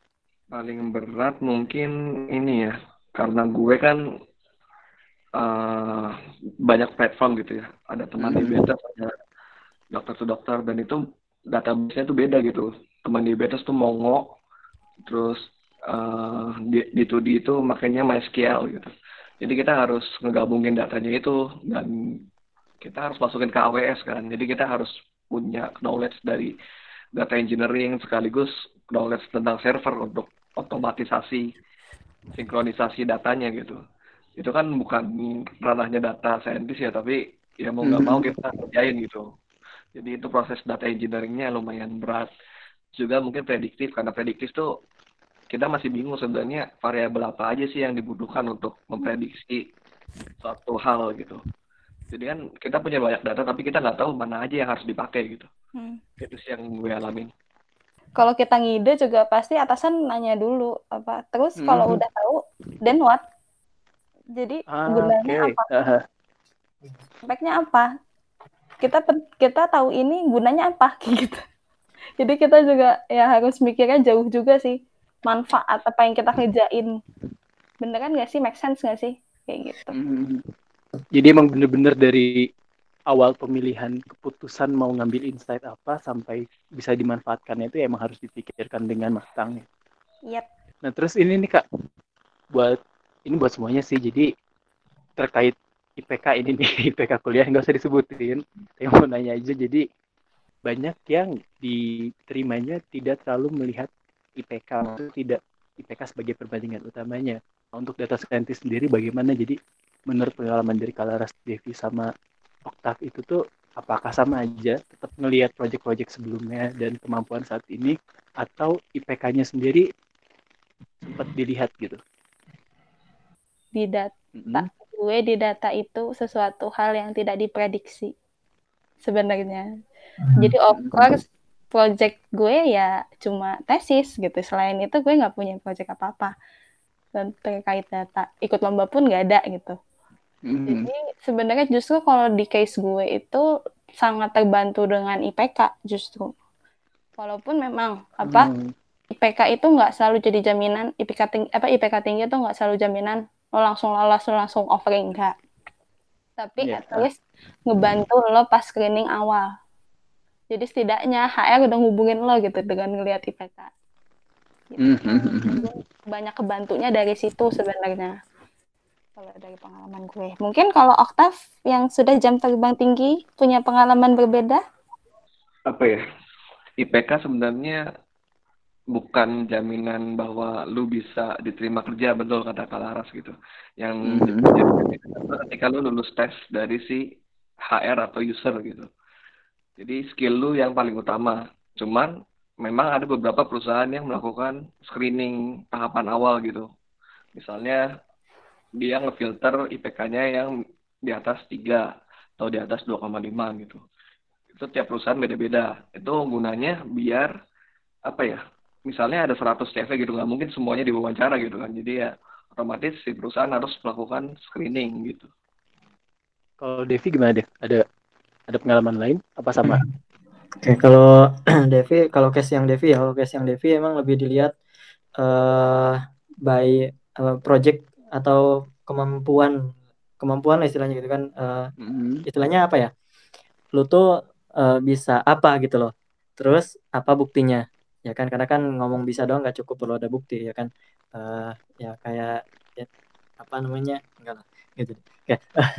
Paling berat mungkin ini ya, karena gue kan banyak platform gitu ya. Ada teman diabetes, ada dokter to dokter, dan itu database-nya tuh beda gitu. Teman diabetes tuh Mongo, terus D2D itu makanya MySQL gitu. Jadi kita harus ngegabungin datanya itu, dan kita harus masukin ke AWS kan. Jadi kita harus punya knowledge dari data engineering sekaligus knowledge tentang server untuk otomatisasi sinkronisasi datanya gitu. Itu kan bukan ranahnya data scientist ya, tapi ya mau nggak mau kita kerjain gitu. Jadi itu proses data engineeringnya lumayan berat. Juga mungkin prediktif, karena prediktif tuh kita masih bingung sebenarnya variabel apa aja sih yang dibutuhkan untuk memprediksi suatu hal gitu. Jadi kan kita punya banyak data, tapi kita nggak tahu mana aja yang harus dipakai gitu. Itu sih yang gue alamin. Kalau kita ngide juga pasti atasan nanya dulu apa. Terus kalau udah tahu, then what? Jadi gunanya apa? Impactnya apa? Kita tahu ini gunanya apa gitu. Jadi kita juga ya harus mikirnya jauh juga sih, manfaat apa yang kita kerjain. Beneran nggak sih, make sense nggak sih, kayak gitu. Jadi emang bener-bener dari awal pemilihan keputusan mau ngambil insight apa sampai bisa dimanfaatkannya itu emang harus dipikirkan dengan matang. Yep. Nah terus ini nih Kak, buat semuanya sih. Jadi terkait IPK ini nih, IPK kuliah nggak usah disebutin. Yang mau nanya aja, jadi banyak yang diterimanya tidak terlalu melihat IPK, maksudnya tidak IPK sebagai perbandingan utamanya. Untuk data scientist sendiri bagaimana? Jadi menurut pengalaman dari Kalaras, Devi sama Oktav itu tuh apakah sama aja tetap ngelihat proyek-proyek sebelumnya dan kemampuan saat ini, atau IPK-nya sendiri sempat dilihat gitu? Di data itu sesuatu hal yang tidak diprediksi sebenarnya. Jadi of course project gue ya cuma tesis gitu. Selain itu gue nggak punya project apa-apa dan terkait data. Ikut lomba pun nggak ada gitu. Jadi sebenarnya justru kalau di case gue itu sangat terbantu dengan IPK justru. Walaupun memang IPK itu nggak selalu jadi jaminan, IPK tinggi itu nggak selalu jaminan lo langsung lolos, lo langsung offering, enggak. Tapi at least ngebantu lo pas screening awal. Jadi setidaknya HR udah ngubungin lo gitu dengan ngelihat IPK. Gitu. Banyak kebantunya dari situ sebenarnya. Kalau dari pengalaman gue. Mungkin kalau Oktav yang sudah jam terbang tinggi punya pengalaman berbeda? Apa ya? IPK sebenarnya bukan jaminan bahwa lu bisa diterima kerja, betul kata Kalaras gitu. Yang ketika lu lulus tes dari si HR atau user gitu. Jadi skill lu yang paling utama. Cuman memang ada beberapa perusahaan yang melakukan screening tahapan awal gitu. Misalnya dia ngefilter IPK-nya yang di atas 3 atau di atas 2,5 gitu. Itu tiap perusahaan beda-beda. Itu gunanya biar apa ya? Misalnya ada 100 CV gitu, nggak mungkin semuanya diwawancara gitu kan. Jadi ya otomatis si perusahaan harus melakukan screening gitu. Kalau Devi gimana deh? Ada pengalaman lain apa sama? Oke, kalau Devi, kalau case yang Devi emang lebih dilihat by project atau kemampuan lah istilahnya gitu kan. Istilahnya apa ya? Lu tuh bisa apa gitu loh. Terus apa buktinya? Ya kan, karena kan ngomong bisa doang nggak cukup, perlu ada bukti ya kan. Ya kayak ya, apa namanya? Enggak lah gitu. Oke.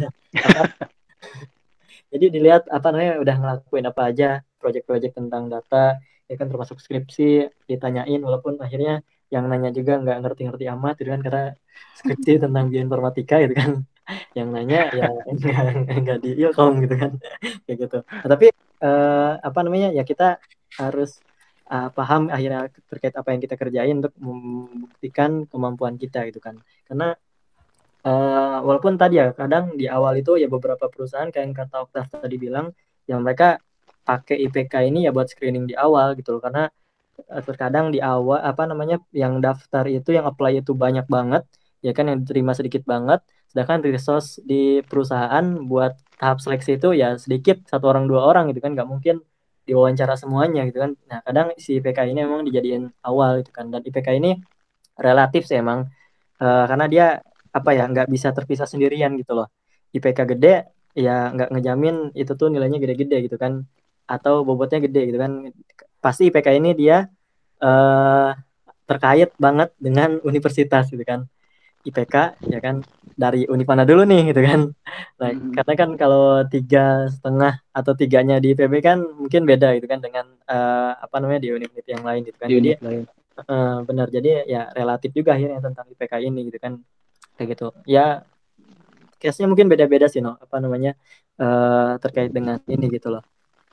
Jadi dilihat apa namanya udah ngelakuin apa aja proyek-proyek tentang data, ya kan, termasuk skripsi ditanyain, walaupun akhirnya yang nanya juga nggak ngerti-ngerti amat gitu kan, karena skripsi tentang bioinformatika gitu kan, yang nanya ya nggak di ilkom gitu kan, kayak gitu. Nah, tapi apa namanya ya kita harus paham akhirnya terkait apa yang kita kerjain untuk membuktikan kemampuan kita gitu kan, karena walaupun tadi ya kadang di awal itu ya beberapa perusahaan kayak yang kata Oktav tadi bilang, yang mereka pakai IPK ini ya buat screening di awal gitu loh, karena terkadang di awal apa namanya yang daftar itu yang apply itu banyak banget ya kan, yang diterima sedikit banget, sedangkan resource di perusahaan buat tahap seleksi itu ya sedikit, 1 orang 2 orang gitu kan, nggak mungkin diwawancara semuanya gitu kan. Nah kadang si IPK ini memang dijadiin awal gitu kan, dan IPK ini relatif sih emang. Karena dia apa ya, nggak bisa terpisah sendirian gitu loh. IPK gede ya nggak ngejamin itu tuh nilainya gede-gede gitu kan, atau bobotnya gede gitu kan. Pasti IPK ini dia eh, terkait banget dengan universitas gitu kan. IPK ya kan dari Univ mana dulu nih gitu kan. Nah karena kan kalau 3,5 atau tiganya di IPB kan mungkin beda gitu kan dengan apa namanya di univ yang lain gitu kan. Di Jadi unit lain. benar, jadi ya relatif juga akhirnya tentang IPK ini gitu kan, kayak gitu ya. Case-nya mungkin beda-beda sih, no, apa namanya, terkait dengan ini gitu loh.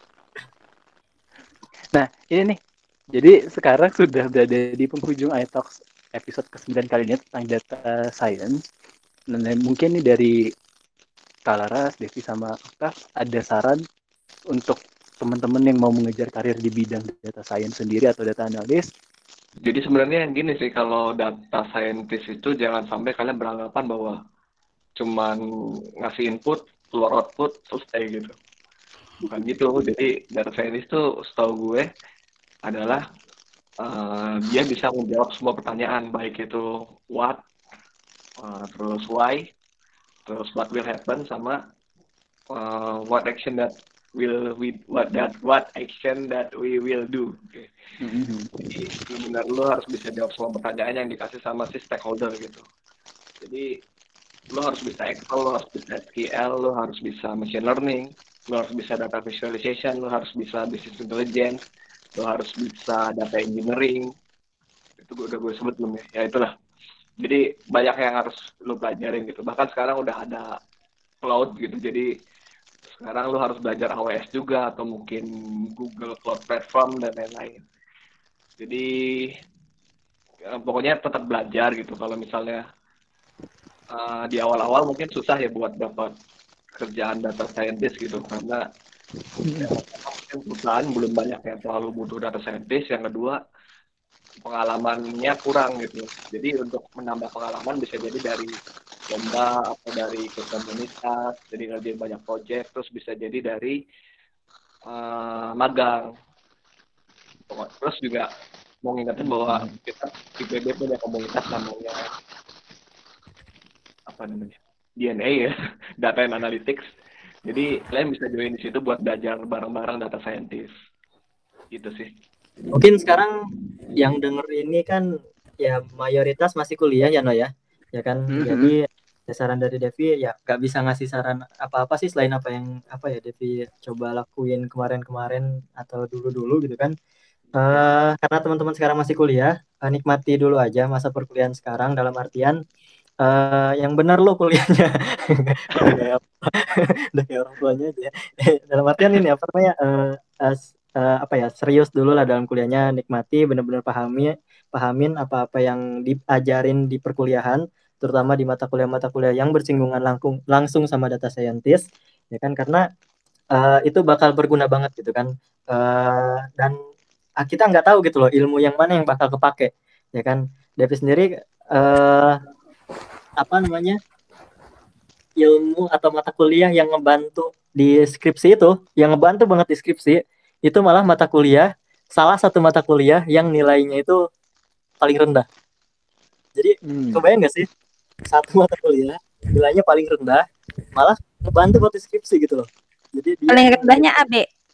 Nah, ini nih. Jadi sekarang sudah berada di penghujung iTalks episode ke-9 kali ini tentang data science. Dan mungkin nih dari Kalaras, Devi, sama Oktaf ada saran untuk teman-teman yang mau mengejar karir di bidang data science sendiri atau data analis. Jadi sebenarnya gini sih, kalau data scientist itu jangan sampai kalian beranggapan bahwa cuman ngasih input, keluar output, selesai gitu. Bukan gitu. Jadi data scientist itu setahu gue adalah dia bisa menjawab semua pertanyaan, baik itu what, terus why, terus what will happen, sama what action that what action that we will do. Okay. Jadi benar lo harus bisa jawab semua pertanyaan yang dikasih sama si stakeholder gitu. Jadi lo harus bisa Excel, lo harus bisa SQL, lo harus bisa machine learning, lo harus bisa data visualization, lo harus bisa business intelligence, lo harus bisa data engineering. Itu udah gue sebut belum ya? Ya itulah. Jadi banyak yang harus lo pelajarin gitu. Bahkan sekarang udah ada cloud gitu. Jadi sekarang lo harus belajar AWS juga atau mungkin Google Cloud Platform dan lain-lain. Jadi pokoknya tetap belajar gitu. Kalau misalnya di awal-awal mungkin susah ya buat dapat kerjaan data scientist gitu, karena mungkin perusahaan belum banyak yang terlalu butuh data scientist. Yang kedua, pengalamannya kurang gitu. Jadi untuk menambah pengalaman bisa jadi dari lomba atau dari ikut komunitas, jadi ngerjain banyak project, terus bisa jadi dari magang. Terus juga mau ngingetin bahwa kita di IPB punya komunitas namanya apa namanya DNA ya, Data and Analytics. Jadi kalian bisa join di situ buat belajar bareng-bareng data scientist. Gitu sih. Mungkin sekarang yang denger ini kan ya mayoritas masih kuliah ya, no ya, ya kan. Jadi ya, saran dari Devi ya gak bisa ngasih saran apa-apa sih selain apa yang apa ya Devi coba lakuin kemarin-kemarin atau dulu-dulu gitu kan. Karena teman-teman sekarang masih kuliah, nikmati dulu aja masa perkuliahan sekarang, dalam artian yang benar lo kuliahnya. Udah kayak orang tuanya aja ya. Dalam artian ini apa namanya, apa ya, serius dulu lah dalam kuliahnya, nikmati, benar-benar pahamin apa-apa yang diajarin di perkuliahan, terutama di mata kuliah yang bersinggungan langsung sama data scientist, ya kan, karena itu bakal berguna banget gitu kan. Dan kita nggak tahu gitu loh ilmu yang mana yang bakal kepake, ya kan. Devi sendiri apa namanya, ilmu atau mata kuliah yang ngebantu di skripsi itu, yang ngebantu banget di skripsi itu malah salah satu mata kuliah yang nilainya itu paling rendah. Jadi kebayang nggak sih, satu mata kuliah nilainya paling rendah malah ngebantu buat di skripsi gitu loh. Jadi dia paling rendahnya AB.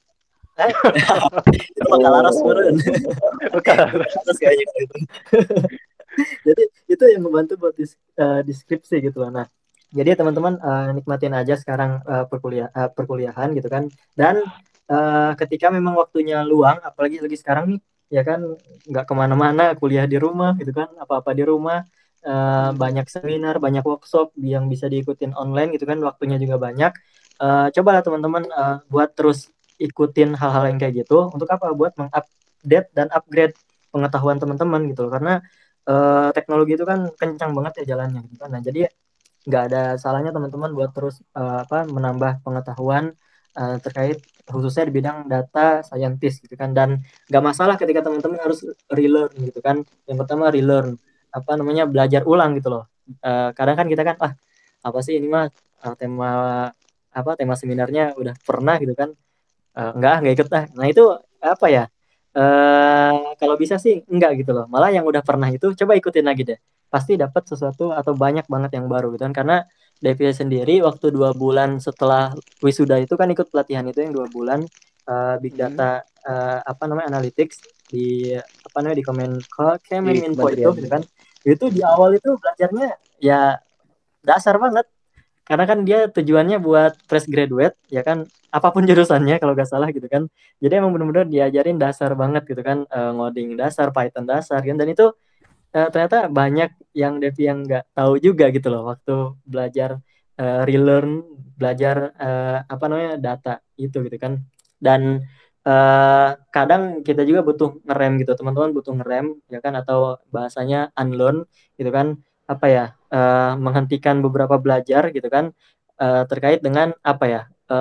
itu bakal laras meren. Laras kayaknya gitu. Jadi itu yang membantu buat deskripsi gitu loh. Nah, jadi teman-teman nikmatin aja sekarang perkuliahan gitu kan. Dan ketika memang waktunya luang, apalagi lagi sekarang nih, ya kan, nggak kemana-mana, kuliah di rumah gitu kan, apa-apa di rumah, banyak seminar, banyak workshop yang bisa diikutin online gitu kan, waktunya juga banyak. Cobalah teman-teman buat terus ikutin hal-hal yang kayak gitu. Untuk apa? Buat mengupdate dan upgrade pengetahuan teman-teman gitu. Karena teknologi itu kan kencang banget ya jalannya gitu kan. Nah, jadi nggak ada salahnya teman-teman buat terus menambah pengetahuan terkait khususnya di bidang data scientist gitu kan. Dan nggak masalah ketika teman-teman harus relearn gitu kan. Yang pertama relearn, apa namanya, belajar ulang gitu loh. Kadang kan kita kan apa sih ini mah tema seminarnya udah pernah gitu kan. Nggak ikut. Nah itu apa ya, Kalau bisa sih enggak gitu loh. Malah yang udah pernah itu coba ikutin lagi deh. Pasti dapat sesuatu atau banyak banget yang baru gitu kan. Karena Devi sendiri waktu 2 bulan setelah wisuda itu kan ikut pelatihan itu yang 2 bulan big data apa namanya analytics di apa namanya di Di Kemeninfo itu kementerian. gitu kan. Itu di awal itu belajarnya ya dasar banget karena kan dia tujuannya buat fresh graduate ya kan apapun jurusannya kalau nggak salah gitu kan jadi emang benar-benar diajarin dasar banget gitu kan ngoding dasar Python dasar kan dan itu ternyata banyak yang Devi yang nggak tahu juga gitu loh waktu belajar relearn belajar apa namanya data itu gitu kan dan kadang kita juga butuh ngerem gitu teman-teman butuh ngerem ya kan atau bahasanya unlearn gitu kan apa ya menghentikan beberapa belajar gitu kan terkait dengan apa ya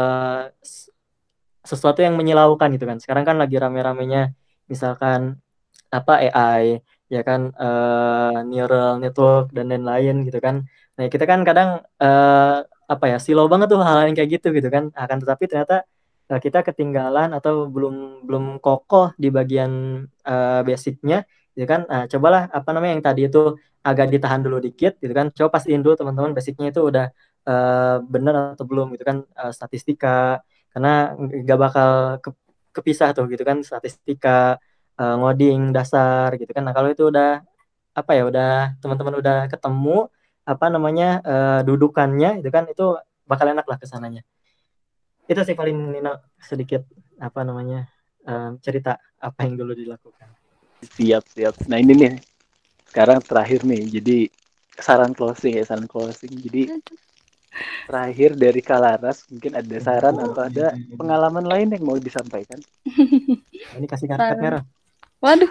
sesuatu yang menyilaukan gitu kan sekarang kan lagi rame-ramenya misalkan apa AI ya kan neural network dan lain-lain gitu kan. Nah, kita kan kadang apa ya silau banget tuh hal-hal yang kayak gitu kan. Akan tetapi ternyata kita ketinggalan atau belum belum kokoh di bagian basicnya gitu kan. Nah, cobalah apa namanya yang tadi itu agak ditahan dulu dikit gitu kan. Coba pastiin dulu teman-teman basicnya itu udah benar atau belum gitu kan statistika karena nggak bakal kepisah tuh gitu kan statistika ngoding dasar gitu kan. Nah, kalau itu udah apa ya udah teman-teman udah ketemu apa namanya dudukannya itu kan itu bakal enak lah kesananya. Itu sih paling Nino sedikit apa namanya cerita apa yang dulu dilakukan. Siap. Nah ini nih, sekarang terakhir nih. Jadi saran closing. Jadi terakhir dari Kalaras, mungkin ada saran atau ada pengalaman lain yang mau disampaikan? Ini kasih karpet merah. Waduh.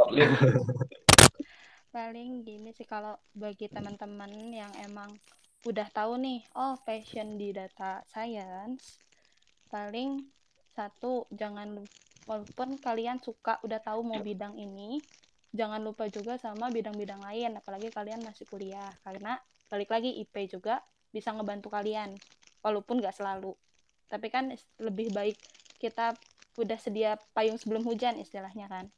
Paling gini sih kalau bagi teman-teman yang emang udah tahu nih, oh passion di data science, paling satu jangan walaupun kalian suka udah tahu mau bidang ini, jangan lupa juga sama bidang-bidang lain, apalagi kalian masih kuliah karena balik lagi IP juga bisa ngebantu kalian, walaupun nggak selalu. Tapi kan lebih baik kita udah sedia payung sebelum hujan istilahnya kan.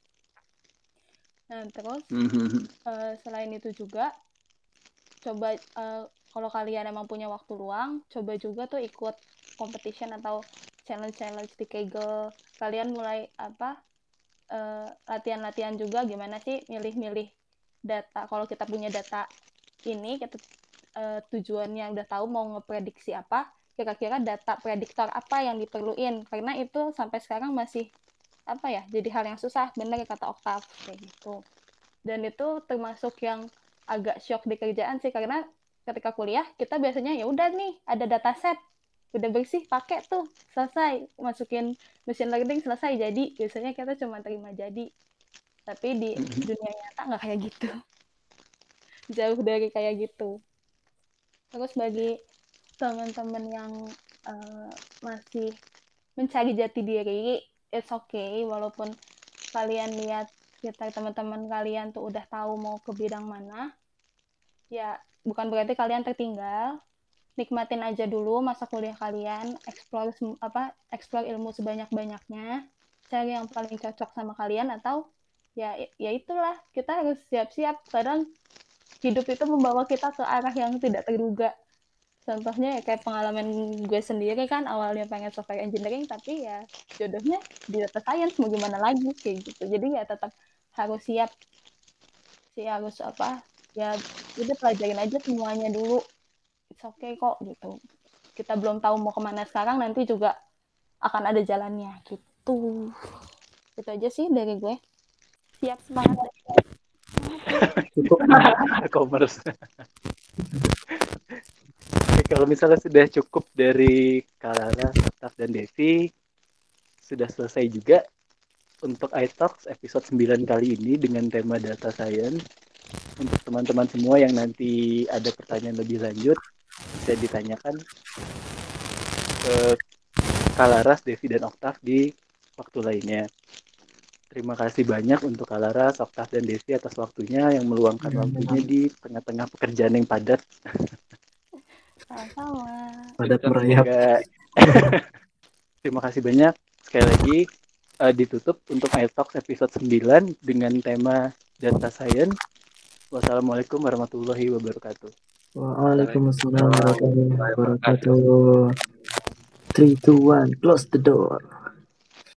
Nah terus selain itu juga coba kalau kalian emang punya waktu luang coba juga tuh ikut competition atau challenge di Kaggle. Kalian mulai apa latihan-latihan juga gimana sih milih-milih data. Kalau kita punya data ini kita tujuannya udah tahu mau ngeprediksi apa, kira-kira data prediktor apa yang diperluin, karena itu sampai sekarang masih apa ya jadi hal yang susah, bener kata Oktav kayak gitu. Dan itu termasuk yang agak shock di kerjaan sih karena ketika kuliah kita biasanya ya udah nih ada dataset udah bersih pakai tuh selesai masukin machine learning selesai jadi biasanya kita cuma terima jadi tapi di dunia nyata nggak kayak gitu jauh dari kayak gitu. Terus bagi teman-teman yang masih mencari jati diri it's okay walaupun kalian lihat sekitar teman-teman kalian tuh udah tahu mau ke bidang mana ya bukan berarti kalian tertinggal. Nikmatin aja dulu masa kuliah kalian, explore ilmu sebanyak-banyaknya, cari yang paling cocok sama kalian atau ya itulah kita harus siap-siap kadang hidup itu membawa kita ke arah yang tidak terduga. Contohnya ya kayak pengalaman gue sendiri kan awalnya pengen software engineering tapi ya jodohnya di data science mau gimana lagi kayak gitu. Jadi ya tetap harus siap sih harus apa ya udah pelajarin aja semuanya dulu. It's okay kok gitu. Kita belum tahu mau kemana sekarang nanti juga akan ada jalannya gitu. Itu aja sih dari gue. Siap semangat. Cukup. Commerce. Oke, kalau misalnya sudah cukup dari Kalara, Oktav, dan Devi, sudah selesai juga untuk iTalks episode 9 kali ini dengan tema data science. Untuk teman-teman semua yang nanti ada pertanyaan lebih lanjut, bisa ditanyakan ke Kalaras, Devi, dan Oktav di waktu lainnya. Terima kasih banyak untuk Kalaras, Oktav, dan Devi atas waktunya yang meluangkan waktunya di tengah-tengah pekerjaan yang padat. Sama-sama. Padat merayap. Terima kasih banyak sekali lagi. ditutup untuk iTalks episode 9 dengan tema Data Science. Wassalamualaikum warahmatullahi wabarakatuh. Waalaikumsalam warahmatullahi wabarakatuh. 3, 2, 1, close the door.